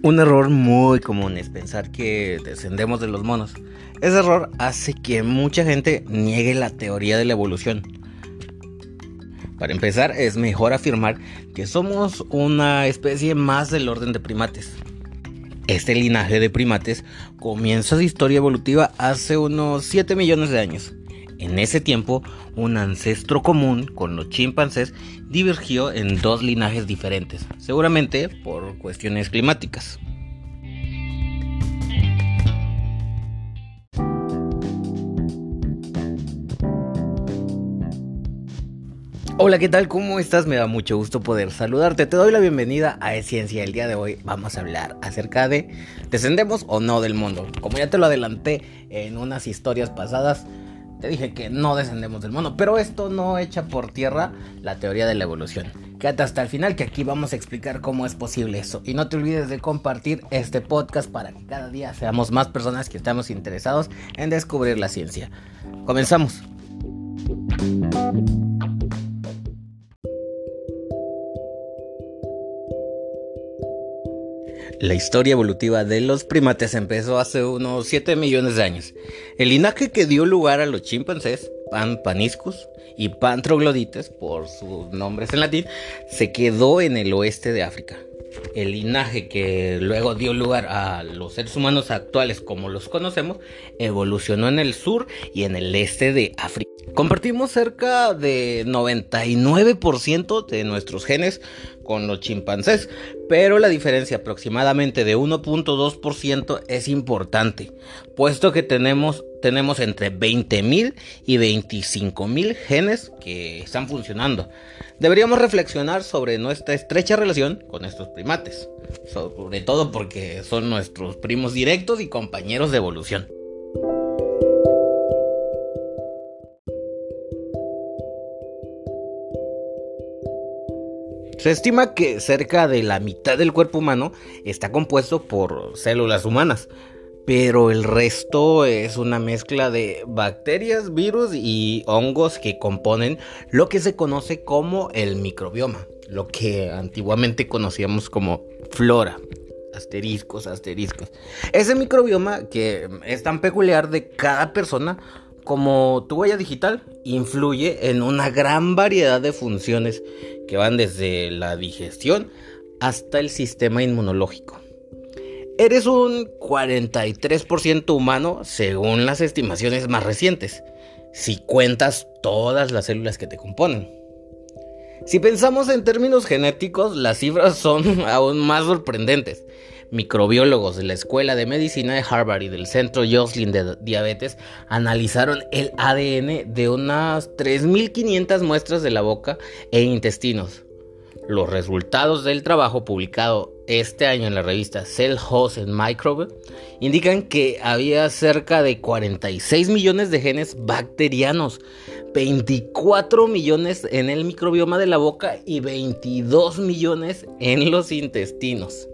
Un error muy común es pensar que descendemos de los monos. Ese error hace que mucha gente niegue la teoría de la evolución. Para empezar, es mejor afirmar que somos una especie más del orden de primates. Este linaje de primates comienza su historia evolutiva hace unos 7 millones de años. En ese tiempo, un ancestro común con los chimpancés divergió en dos linajes diferentes, seguramente por cuestiones climáticas. Hola, ¿qué tal? ¿Cómo estás? Me da mucho gusto poder saludarte. Te doy la bienvenida a Ciencia. El día de hoy vamos a hablar acerca de ¿descendemos o no del mundo? Como ya te lo adelanté en unas historias pasadas, te dije que no descendemos del mundo, pero esto no echa por tierra la teoría de la evolución. Quédate hasta el final que aquí vamos a explicar cómo es posible eso. Y no te olvides de compartir este podcast para que cada día seamos más personas que estamos interesados en descubrir la ciencia. Comenzamos. La historia evolutiva de los primates empezó hace unos 7 millones de años. El linaje que dio lugar a los chimpancés, Paniscus y Pan troglodytes, por sus nombres en latín, se quedó en el oeste de África. El linaje que luego dio lugar a los seres humanos actuales como los conocemos, evolucionó en el sur y en el este de África. Compartimos cerca de 99% de nuestros genes con los chimpancés, pero la diferencia aproximadamente de 1.2% es importante, puesto que tenemos entre 20.000 y 25.000 genes que están funcionando. Deberíamos reflexionar sobre nuestra estrecha relación con estos primates, sobre todo porque son nuestros primos directos y compañeros de evolución. Se estima que cerca de la mitad del cuerpo humano está compuesto por células humanas, pero el resto es una mezcla de bacterias, virus y hongos que componen lo que se conoce como el microbioma, lo que antiguamente conocíamos como flora. Asteriscos. Ese microbioma que es tan peculiar de cada persona como tu huella digital influye en una gran variedad de funciones que van desde la digestión hasta el sistema inmunológico. Eres un 43% humano según las estimaciones más recientes, si cuentas todas las células que te componen. Si pensamos en términos genéticos, las cifras son aún más sorprendentes. Microbiólogos de la Escuela de Medicina de Harvard y del Centro Joslin de Diabetes analizaron el ADN de unas 3.500 muestras de la boca e intestinos. Los resultados del trabajo publicado este año en la revista Cell Host and Microbe indican que había cerca de 46 millones de genes bacterianos, 24 millones en el microbioma de la boca y 22 millones en los intestinos.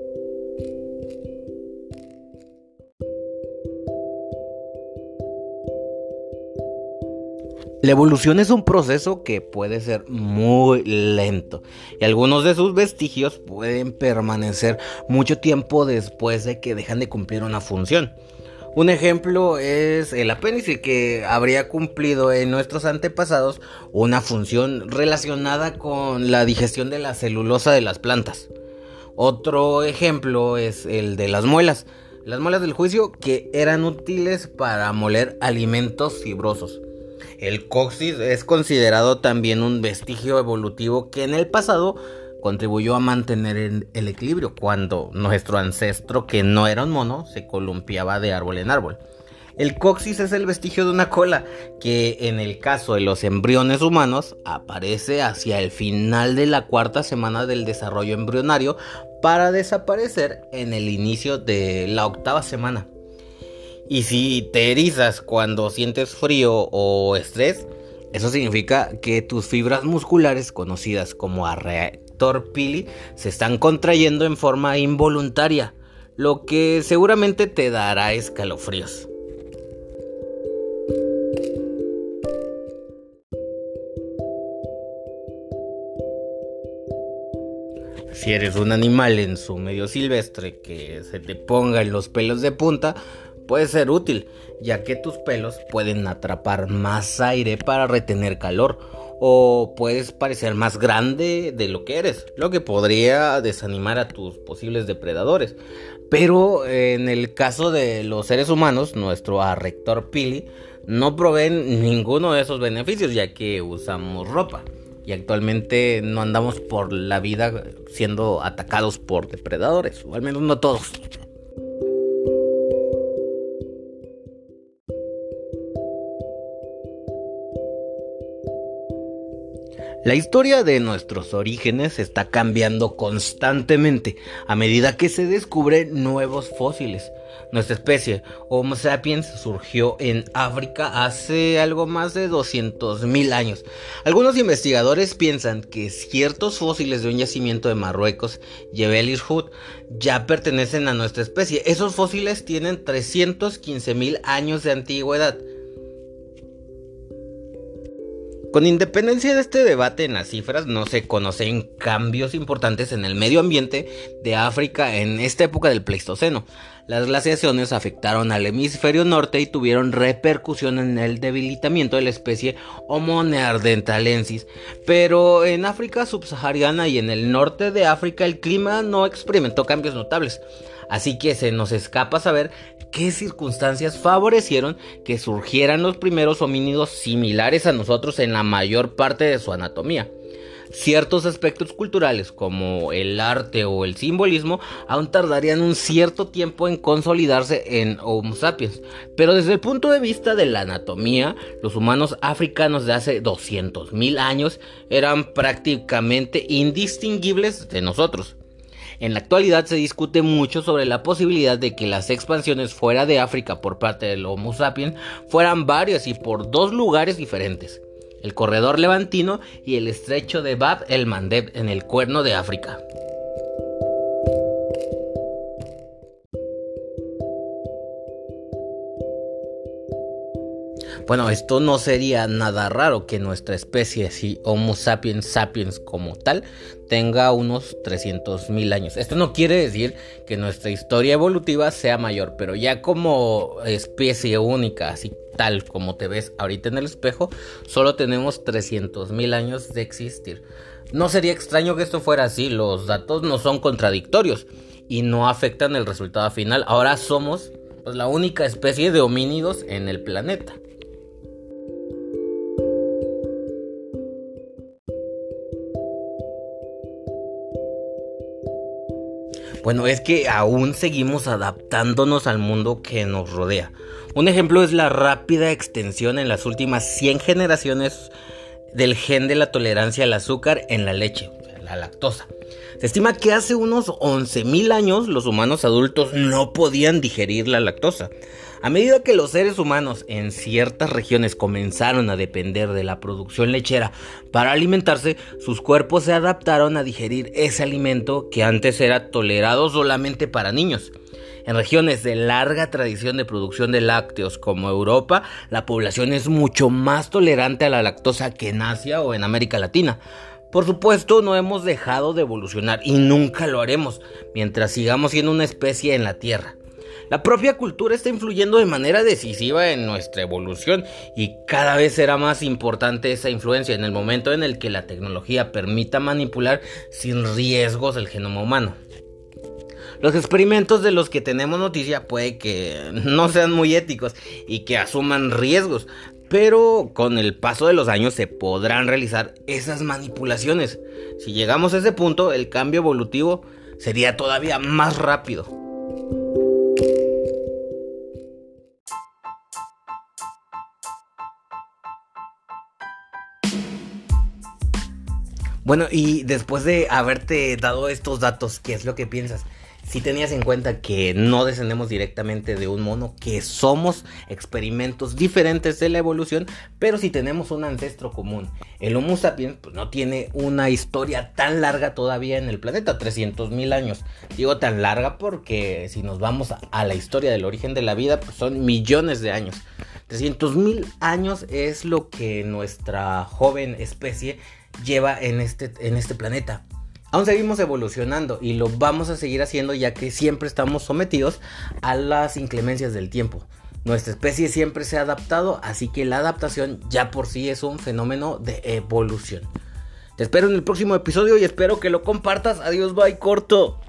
La evolución es un proceso que puede ser muy lento y algunos de sus vestigios pueden permanecer mucho tiempo después de que dejan de cumplir una función. Un ejemplo es el apéndice, que habría cumplido en nuestros antepasados una función relacionada con la digestión de la celulosa de las plantas. Otro ejemplo es el de las muelas del juicio, que eran útiles para moler alimentos fibrosos. El coxis es considerado también un vestigio evolutivo que en el pasado contribuyó a mantener el equilibrio cuando nuestro ancestro, que no era un mono, se columpiaba de árbol en árbol. El coxis es el vestigio de una cola que en el caso de los embriones humanos aparece hacia el final de la cuarta semana del desarrollo embrionario para desaparecer en el inicio de la octava semana. Y si te erizas cuando sientes frío o estrés, eso significa que tus fibras musculares, conocidas como arrector pili, se están contrayendo en forma involuntaria, lo que seguramente te dará escalofríos. Si eres un animal en su medio silvestre que se te pongan los pelos de punta, puede ser útil, ya que tus pelos pueden atrapar más aire para retener calor, o puedes parecer más grande de lo que eres, lo que podría desanimar a tus posibles depredadores. Pero en el caso de los seres humanos, nuestro arrector Pili no provee ninguno de esos beneficios, ya que usamos ropa y actualmente no andamos por la vida siendo atacados por depredadores, o al menos no todos. La historia de nuestros orígenes está cambiando constantemente a medida que se descubren nuevos fósiles. Nuestra especie, Homo sapiens, surgió en África hace algo más de 200.000 años. Algunos investigadores piensan que ciertos fósiles de un yacimiento de Marruecos, Jebel Irhoud, ya pertenecen a nuestra especie. Esos fósiles tienen 315.000 años de antigüedad. Con independencia de este debate en las cifras, no se conocen cambios importantes en el medio ambiente de África en esta época del Pleistoceno. Las glaciaciones afectaron al hemisferio norte y tuvieron repercusión en el debilitamiento de la especie Homo neanderthalensis, pero en África subsahariana y en el norte de África el clima no experimentó cambios notables. Así que se nos escapa saber qué circunstancias favorecieron que surgieran los primeros homínidos similares a nosotros en la mayor parte de su anatomía. Ciertos aspectos culturales como el arte o el simbolismo aún tardarían un cierto tiempo en consolidarse en Homo sapiens, pero desde el punto de vista de la anatomía, los humanos africanos de hace 200.000 años eran prácticamente indistinguibles de nosotros. En la actualidad se discute mucho sobre la posibilidad de que las expansiones fuera de África por parte del Homo sapiens fueran varias y por dos lugares diferentes: el corredor levantino y el estrecho de Bab el-Mandeb en el Cuerno de África. Bueno, esto no sería nada raro que nuestra especie, si Homo sapiens sapiens como tal, tenga unos 300.000 años. Esto no quiere decir que nuestra historia evolutiva sea mayor, pero ya como especie única, así tal como te ves ahorita en el espejo, solo tenemos 300.000 años de existir. No sería extraño que esto fuera así, los datos no son contradictorios y no afectan el resultado final. Ahora somos la única especie de homínidos en el planeta. Bueno, es que aún seguimos adaptándonos al mundo que nos rodea. Un ejemplo es la rápida extensión en las últimas 100 generaciones del gen de la tolerancia al azúcar en la leche, la lactosa. Se estima que hace unos 11.000 años los humanos adultos no podían digerir la lactosa. A medida que los seres humanos en ciertas regiones comenzaron a depender de la producción lechera para alimentarse, sus cuerpos se adaptaron a digerir ese alimento que antes era tolerado solamente para niños. En regiones de larga tradición de producción de lácteos como Europa, la población es mucho más tolerante a la lactosa que en Asia o en América Latina. Por supuesto, no hemos dejado de evolucionar y nunca lo haremos mientras sigamos siendo una especie en la Tierra. La propia cultura está influyendo de manera decisiva en nuestra evolución y cada vez será más importante esa influencia en el momento en el que la tecnología permita manipular sin riesgos el genoma humano. Los experimentos de los que tenemos noticia puede que no sean muy éticos y que asuman riesgos, pero con el paso de los años se podrán realizar esas manipulaciones. Si llegamos a ese punto, el cambio evolutivo sería todavía más rápido. Bueno, y después de haberte dado estos datos, ¿qué es lo que piensas? Si tenías en cuenta que no descendemos directamente de un mono, que somos experimentos diferentes de la evolución, pero si tenemos un ancestro común. El Homo sapiens pues, no tiene una historia tan larga todavía en el planeta, 300.000 años. Digo tan larga porque si nos vamos a la historia del origen de la vida, pues son millones de años. 300.000 años es lo que nuestra joven especie lleva en este planeta. Aún seguimos evolucionando y lo vamos a seguir haciendo, ya que siempre estamos sometidos a las inclemencias del tiempo. Nuestra especie siempre se ha adaptado, así que la adaptación ya por sí es un fenómeno de evolución. Te espero en el próximo episodio y espero que lo compartas. Adiós, bye, corto.